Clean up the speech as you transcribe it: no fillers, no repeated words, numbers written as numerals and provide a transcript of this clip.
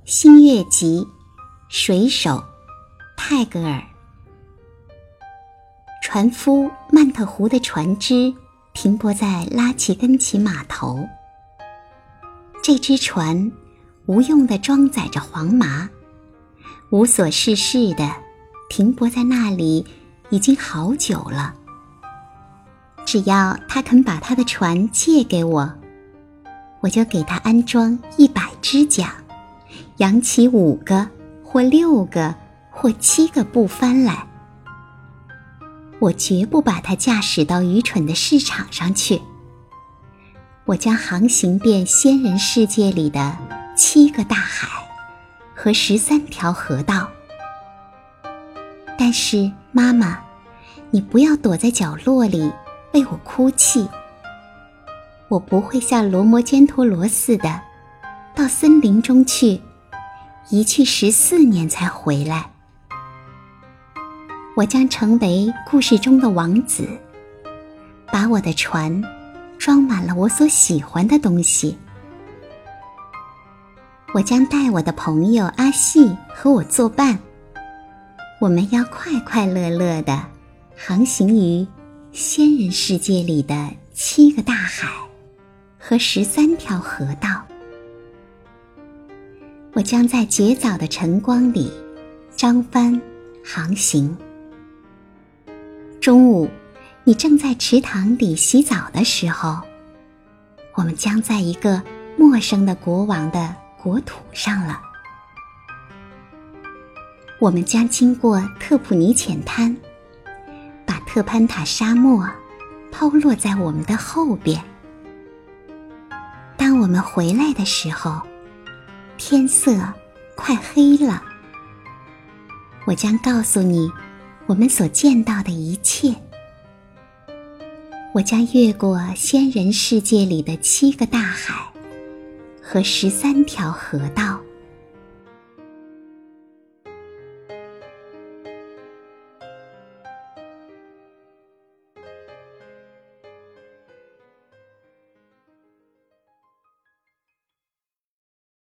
新月集，水手，泰戈尔。船夫曼特湖的船只停泊在拉齐根奇码头。这只船无用地装载着黄麻，无所事事地停泊在那里已经好久了。只要他肯把他的船借给我，我就给他安装100只桨，扬起5个或6个或7个布帆来。我绝不把它驾驶到愚蠢的市场上去。我将航行遍仙人世界里的7个大海和13条河道。但是妈妈，你不要躲在角落里为我哭泣。我不会像罗摩坚陀罗似的到森林中去，一去14年才回来。我将成为故事中的王子，把我的船装满了我所喜欢的东西。我将带我的朋友阿细和我作伴，我们要快快乐乐地航行于仙人世界里的7个大海和13条河道。我将在绝早的晨光里张帆航行。中午，你正在池塘里洗澡的时候，我们将在一个陌生的国王的国土上了。我们将经过特普尼浅滩，把特潘塔沙漠抛落在我们的后边。当我们回来的时候，天色快黑了。我将告诉你我们所见到的一切。我将越过仙人世界里的7个大海和13条河道。